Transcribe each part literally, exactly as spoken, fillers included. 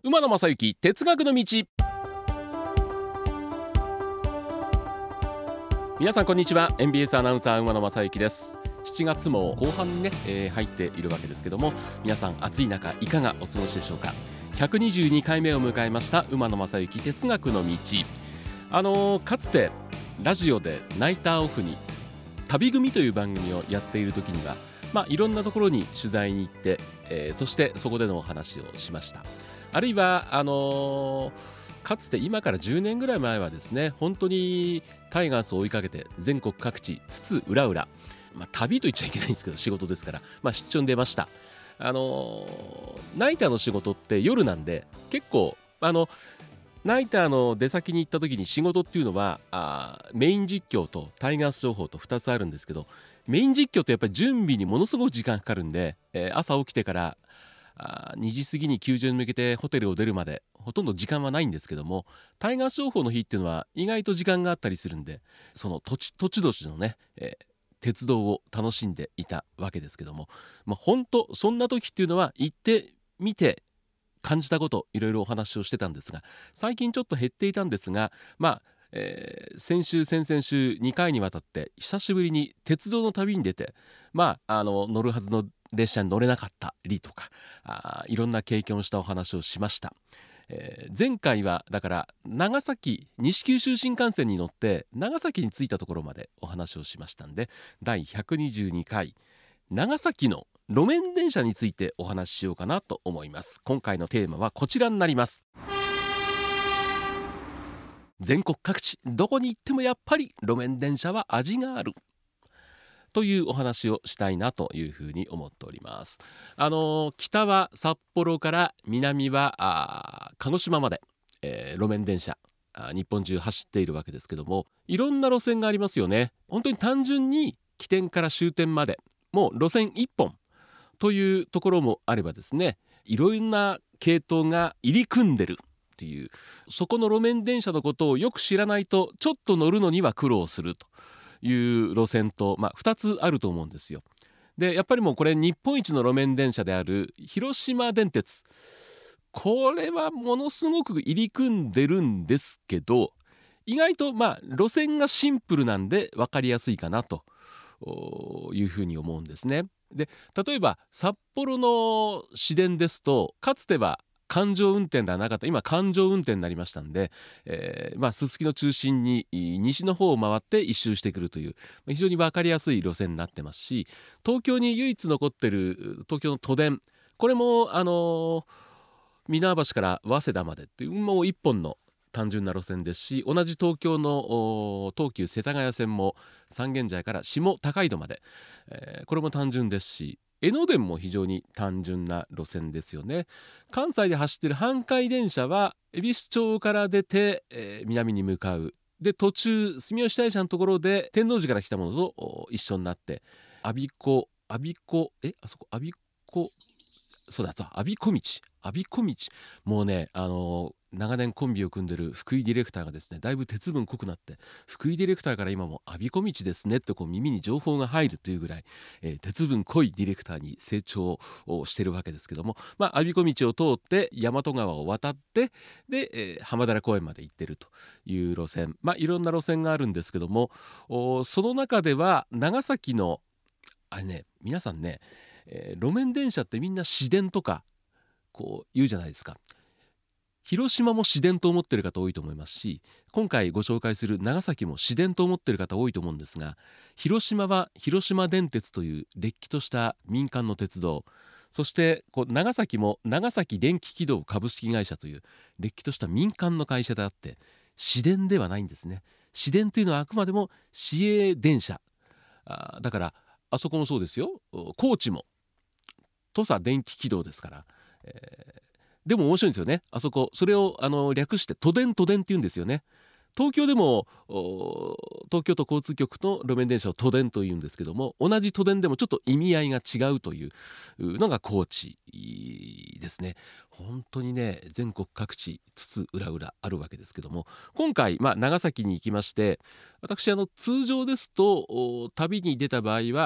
馬野正幸哲学の道。皆さんこんにちは。 エヌビーエス アナウンサー馬野正幸です。しちがつも後半にね、えー、入っているわけですけども、皆さん暑い中いかがお過ごしでしょうか。ひゃくにじゅうにかいめを迎えました馬野正幸哲学の道。あのー、かつてラジオでナイターオフに旅組という番組をやっている時には、まあ、いろんなところに取材に行って、えー、そしてそこでのお話をしました。あるいはあのー、かつて今からじゅうねんぐらい前はですね、本当にタイガースを追いかけて全国各地津々浦々、まあ、旅と言っちゃいけないんですけど仕事ですから、まあ、出張に出ました。あのー、ナイターの仕事って夜なんで、結構あのナイターの出先に行った時に仕事っていうのはあメイン実況とタイガース情報とふたつあるんですけど、メイン実況ってやっぱり準備にものすごく時間かかるんで、えー、朝起きてからあにじ過ぎに球場に向けてホテルを出るまでほとんど時間はないんですけども、タイガース情報の日っていうのは意外と時間があったりするんで、その土地土地土地のね、えー、鉄道を楽しんでいたわけですけども、まあ、本当そんな時っていうのは行ってみて感じたこといろいろお話をしてたんですが、最近ちょっと減っていたんですが、まあえー、先週先々週にかいにわたって久しぶりに鉄道の旅に出て、まあ、あの乗るはずの列車に乗れなかったりとか、あいろんな経験をしたお話をしました。えー、前回はだから長崎西九州新幹線に乗って長崎に着いたところまでお話をしましたんで、だいひゃくにじゅうにかい長崎の路面電車についてお話ししようかなと思います。今回のテーマはこちらになります。全国各地どこに行ってもやっぱり路面電車は味があるというお話をしたいなというふうに思っております。あの北は札幌から南はあ鹿児島まで、えー、路面電車日本中走っているわけですけども、いろんな路線がありますよね。本当に単純に起点から終点までもう路線いっぽんというところもあればですね、いろんな系統が入り組んでるっていう、そこの路面電車のことをよく知らないとちょっと乗るのには苦労するという路線と、まあ、ふたつあると思うんですよ。でやっぱりもうこれ日本一の路面電車である広島電鉄、これはものすごく入り組んでるんですけど、意外とまあ路線がシンプルなんで分かりやすいかなというふうに思うんですね。で例えば札幌の市電ですと、かつては環状運転ではなかった、今環状運転になりましたんで、えーまあ、すすきの中心に西の方を回って一周してくるという非常に分かりやすい路線になってますし、東京に唯一残ってる東京の都電、これもあのー、箕輪橋から早稲田までっていうもう一本の単純な路線ですし、同じ東京の東急世田谷線も三軒茶屋から下高井戸まで、えー、これも単純ですし、江ノ電も非常に単純な路線ですよね。関西で走っている阪堺電車は恵比寿町から出て、えー、南に向かう。で途中住吉大社のところで天王寺から来たものと一緒になって我孫子我孫子えあそこ我孫子そうだ我孫子道我孫子道もうね、あのー長年コンビを組んでる福井ディレクターがですね、だいぶ鉄分濃くなって、福井ディレクターから今も我孫子道ですねってこう耳に情報が入るというぐらい、えー、鉄分濃いディレクターに成長をしてるわけですけども、まあ我孫子道を通って大和川を渡ってで、えー、浜寺公園まで行ってるという路線、まあいろんな路線があるんですけども、その中では長崎のあれね、皆さんね、えー、路面電車ってみんな市電とかこう言うじゃないですか。広島も市電と思ってる方多いと思いますし、今回ご紹介する長崎も市電と思ってる方多いと思うんですが、広島は広島電鉄というれっきとした民間の鉄道、そしてこう長崎も長崎電気軌道株式会社というれっきとした民間の会社であって、市電ではないんですね。市電というのはあくまでも市営電車、あだからあそこもそうですよ。高知も土佐電気軌道ですから、えーでも面白いんですよね。あそこそれをあの略して都電都電って言うんですよね。東京でも東京都交通局の路面電車を都電と言うんですけども、同じ都電でもちょっと意味合いが違うというのが高知ですね。本当にね、全国各地津々浦々あるわけですけども、今回、まあ、長崎に行きまして、私あの通常ですと旅に出た場合は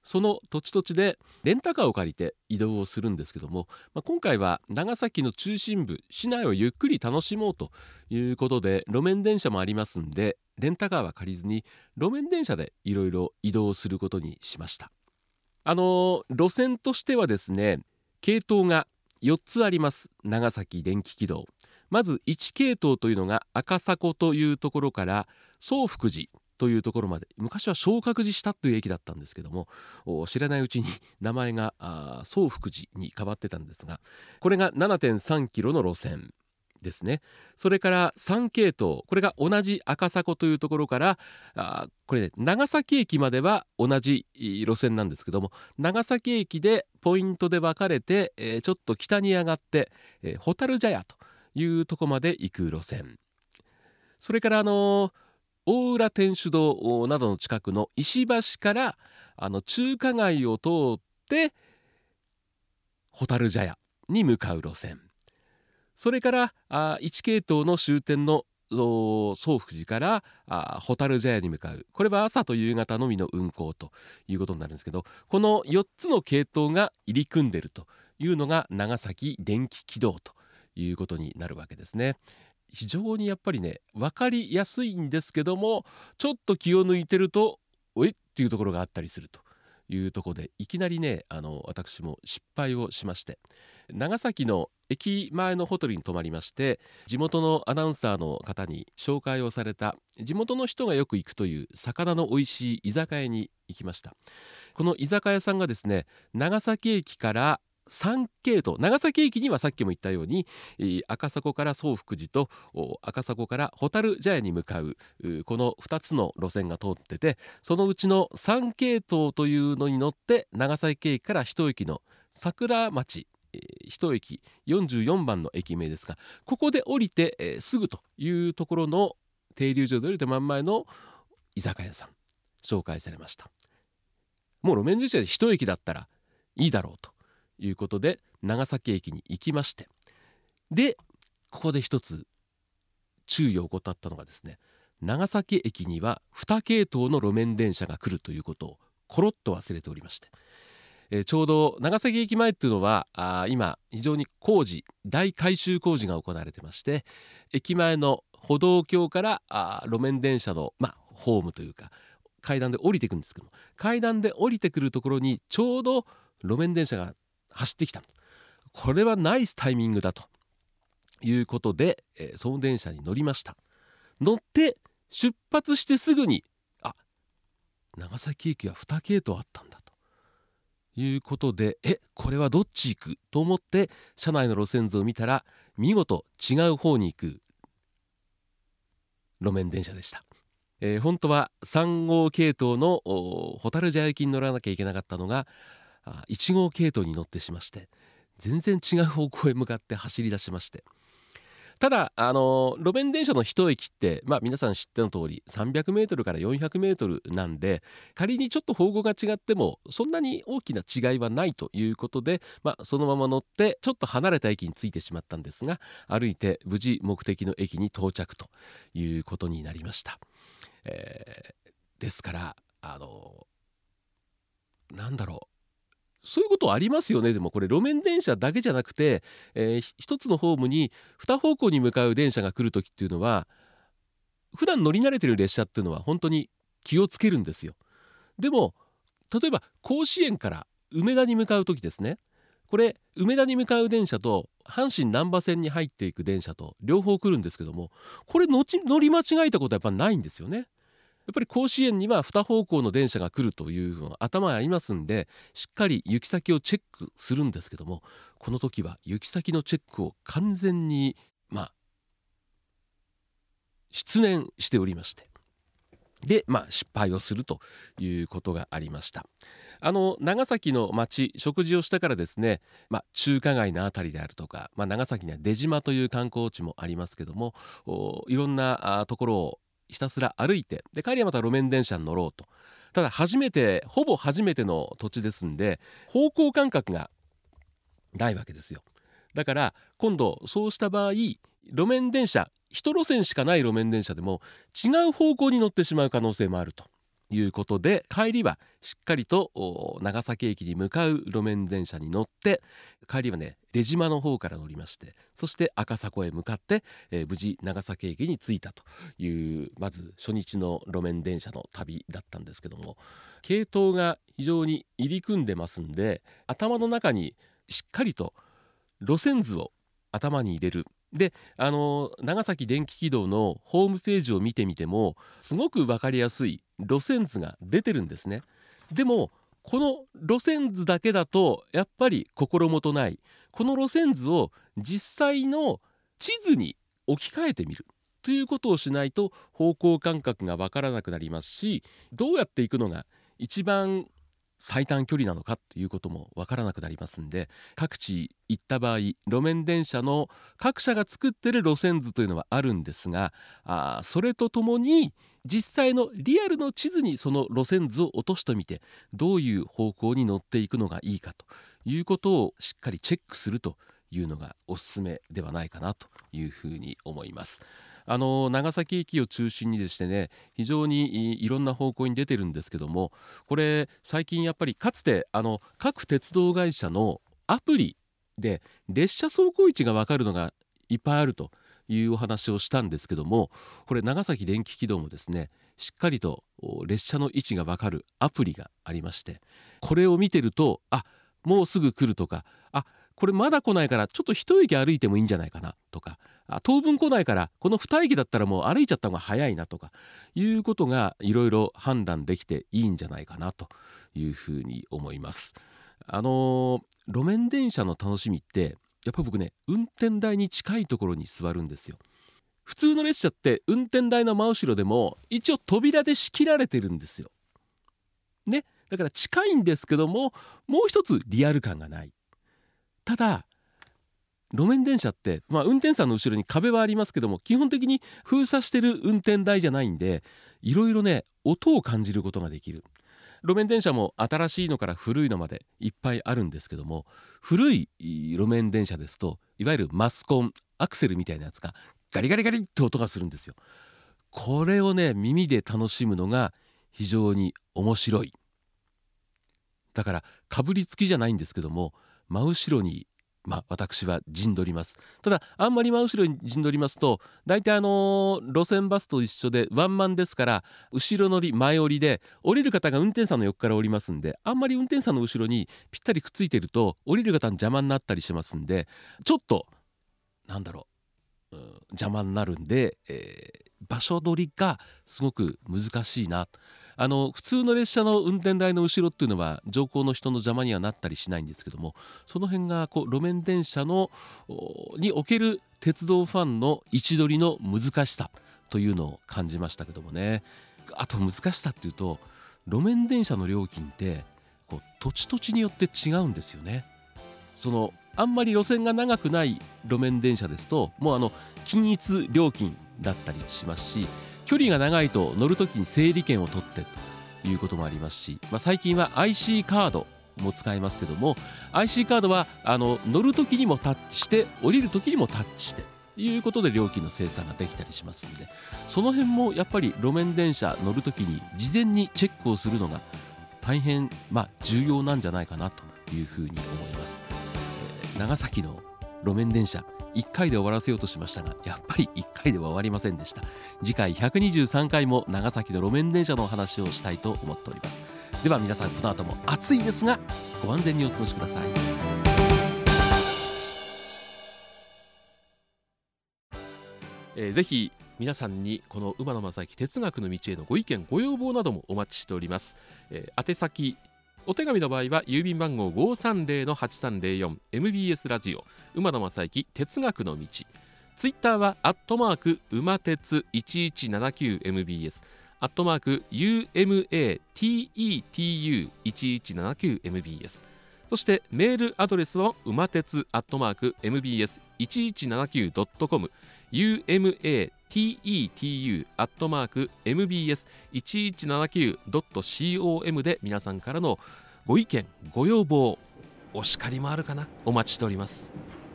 その土地土地でレンタカーを借りて移動をするんですけども、まあ、今回は長崎の中心部市内をゆっくり楽しもうということで、路面電車もありますんでレンタカーは借りずに路面電車でいろいろ移動することにしました。あの路線としてはですね、系統がよっつあります。長崎電気軌道、まずいち系統というのが赤迫というところから宗福寺というところまで、昔は昇格寺下という駅だったんですけども、知らないうちに名前が宗福寺に変わってたんですが、これが ななてんさんキロの路線ですね。それからさん系統、これが同じ赤迫というところからあこれ、ね、長崎駅までは同じ路線なんですけども、長崎駅でポイントで分かれて、えー、ちょっと北に上がって、えー、蛍茶屋というところまで行く路線。それからあのー大浦天主堂などの近くの石橋からあの中華街を通って蛍茶屋に向かう路線。それからあいち系統の終点の宗福寺からあ蛍茶屋に向かう、これは朝と夕方のみの運行ということになるんですけど、このよっつの系統が入り組んでいるというのが長崎電気軌道ということになるわけですね。非常にやっぱりね分かりやすいんですけども、ちょっと気を抜いてるとおいっていうところがあったりするというところで、いきなりねあの私も失敗をしまして、長崎の駅前のホテルに泊まりまして、地元のアナウンサーの方に紹介をされた地元の人がよく行くという魚の美味しい居酒屋に行きました。この居酒屋さんがですね、長崎駅からさん系統、長崎駅にはさっきも言ったように赤迫から宗福寺と赤迫から蛍茶屋に向かうこのふたつの路線が通ってて、そのうちのさん系統というのに乗って長崎駅から一駅の桜町、一駅よんじゅうよんばんの駅名ですが、ここで降りて、えー、すぐというところの停留所で降りて真ん前の居酒屋さん紹介されました。もう路面電車で一駅だったらいいだろうということで長崎駅に行きまして、でここで一つ注意を怠ったのがですね、長崎駅にはに系統の路面電車が来るということをコロッと忘れておりまして、えー、ちょうど長崎駅前っていうのはあ今非常に工事大改修工事が行われてまして、駅前の歩道橋からあ路面電車の、まあ、ホームというか階段で降りていくんですけども、階段で降りてくるところにちょうど路面電車が走ってきた。これはナイスタイミングだということで、えー、その電車に乗りました。乗って出発してすぐに、あ、長崎駅はに系統あったんだということで、えこれはどっち行くと思って車内の路線図を見たら、見事違う方に行く路面電車でした。えー、本当はさん号系統の蛍茶屋駅に乗らなきゃいけなかったのがいち号系統に乗ってしまして、全然違う方向へ向かって走り出しまして、ただあの路面電車の一駅って、まあ、皆さん知っての通りさんびゃくメートルからよんひゃくメートルなんで、仮にちょっと方向が違ってもそんなに大きな違いはないということで、まあ、そのまま乗ってちょっと離れた駅に着いてしまったんですが、歩いて無事目的の駅に到着ということになりました。えー、ですからあのなんだろうそういうことありますよね。でもこれ路面電車だけじゃなくて、えー、一つのホームに二方向に向かう電車が来るときっていうのは、普段乗り慣れてる列車っていうのは本当に気をつけるんですよ。でも例えば甲子園から梅田に向かうときですね、これ梅田に向かう電車と阪神難波線に入っていく電車と両方来るんですけども、これ乗り間違えたことはやっぱないんですよね。やっぱり甲子園にはに方向の電車が来るというのが頭にありますんで、しっかり行き先をチェックするんですけども、この時は行き先のチェックを完全にまあ失念しておりまして、でまあ失敗をするということがありました。あの長崎の町食事をしたからですね、まあ、中華街のあたりであるとか、まあ、長崎には出島という観光地もありますけども、いろんなところをひたすら歩いて、で帰りはまた路面電車に乗ろうと。ただ初めてほぼ初めての土地ですんで、方向感覚がないわけですよ。だから今度そうした場合、路面電車一路線しかない路面電車でも違う方向に乗ってしまう可能性もあるということで、帰りはしっかりと長崎駅に向かう路面電車に乗って、帰りはね出島の方から乗りまして、そして赤坂へ向かって、えー無事長崎駅に着いたという、まず初日の路面電車の旅だったんですけども、系統が非常に入り組んでますんで、頭の中にしっかりと路線図を頭に入れる。で、あの長崎電気軌道のホームページを見てみてもすごく分かりやすい路線図が出てるんですね。でもこの路線図だけだとやっぱり心もとない。この路線図を実際の地図に置き換えてみるということをしないと方向感覚が分からなくなりますし、どうやって行くのが一番最短距離なのかということも分からなくなりますんで、各地行った場合路面電車の各社が作っている路線図というのはあるんですが、あそれとともに実際のリアルの地図にその路線図を落としてみて、どういう方向に乗っていくのがいいかということをしっかりチェックするというのがおすすめではないかなというふうに思います。あの長崎駅を中心にでしてね、非常にいろんな方向に出てるんですけども、これ最近やっぱりかつてあの各鉄道会社のアプリで列車走行位置が分かるのがいっぱいあるというお話をしたんですけども、これ長崎電気軌道もですね、しっかりと列車の位置が分かるアプリがありまして、これを見てると、あもうすぐ来るとか、あこれまだ来ないからちょっと一駅歩いてもいいんじゃないかなとか、あ当分来ないからこの二駅だったらもう歩いちゃった方が早いなとかいうことがいろいろ判断できていいんじゃないかなというふうに思います。あのー路面電車の楽しみってやっぱり僕ね、運転台に近いところに座るんですよ。普通の列車って運転台の真後ろでも一応扉で仕切られてるんですよね。だから近いんですけども、もう一つリアル感がない。ただ路面電車って、まあ、運転手さんの後ろに壁はありますけども、基本的に封鎖してる運転台じゃないんで、いろいろね音を感じることができる。路面電車も新しいのから古いのまでいっぱいあるんですけども、古い路面電車ですといわゆるマスコンアクセルみたいなやつがガリガリガリって音がするんですよ。これをね耳で楽しむのが非常に面白い。だからかぶりつきじゃないんですけども、真後ろにまあ、私は陣取ります。ただあんまり真後ろに陣取りますと、大体あのー路線バスと一緒でワンマンですから、後ろ乗り前降りで降りる方が運転手さんの横から降りますんで、あんまり運転手さんの後ろにぴったりくっついてると降りる方の邪魔になったりしますんで、ちょっとなんだろう、うん、邪魔になるんで、えー場所取りがすごく難しいな。あの普通の列車の運転台の後ろっていうのは乗降の人の邪魔にはなったりしないんですけども、その辺がこう路面電車のおにおける鉄道ファンの位置取りの難しさというのを感じましたけどもね。あと難しさっていうと、路面電車の料金ってこう土地土地によって違うんですよね。そのあんまり路線が長くない路面電車ですと、もうあの均一料金だったりしますし、距離が長いと乗るときに整理券を取ってということもありますし、まあ、最近は アイシー カードも使えますけども、 アイシー カードはあの乗るときにもタッチして降りるときにもタッチしてということで料金の精算ができたりしますので、その辺もやっぱり路面電車乗るときに事前にチェックをするのが大変、まあ、重要なんじゃないかなというふうに思います。えー長崎の路面電車いっかいで終わらせようとしましたが、やっぱりいっかいでは終わりませんでした。次回ひゃくにじゅうさんかいも長崎の路面電車のお話をしたいと思っております。では皆さん、この後も暑いですがご安全にお過ごしください。えー、ぜひ皆さんにこの馬野正幸哲学の道へのご意見ご要望などもお待ちしております。えー、宛先お手紙の場合は郵便番号 ごさんぜろのはちさんぜろよん エムビーエス ラジオ馬野正幸哲学の道。ツイッターはアットマーク馬鉄いちいちななきゅうエムビーエス アットマーク ユーエムエーティーイーティーユーいちいちななきゅうエムビーエス。 そしてメールアドレスは馬鉄アットマーク エムビーエスいちいちななきゅうドットコム ユーエムエーティーイーティーユー アットマーク エムビーエスいちいちななきゅうドットコム で皆さんからのご意見ご要望、お叱りもあるかな、お待ちしております。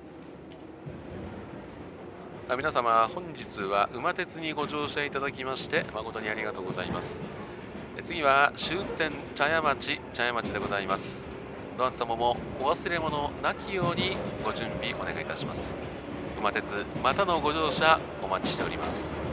皆様、本日は馬鉄にご乗車いただきまして誠にありがとうございます。 次は終点茶屋町茶屋町でございます。ドアンス様もお忘れ物なきようにご準備お願いいたします。馬鉄またのご乗車お待ちしております。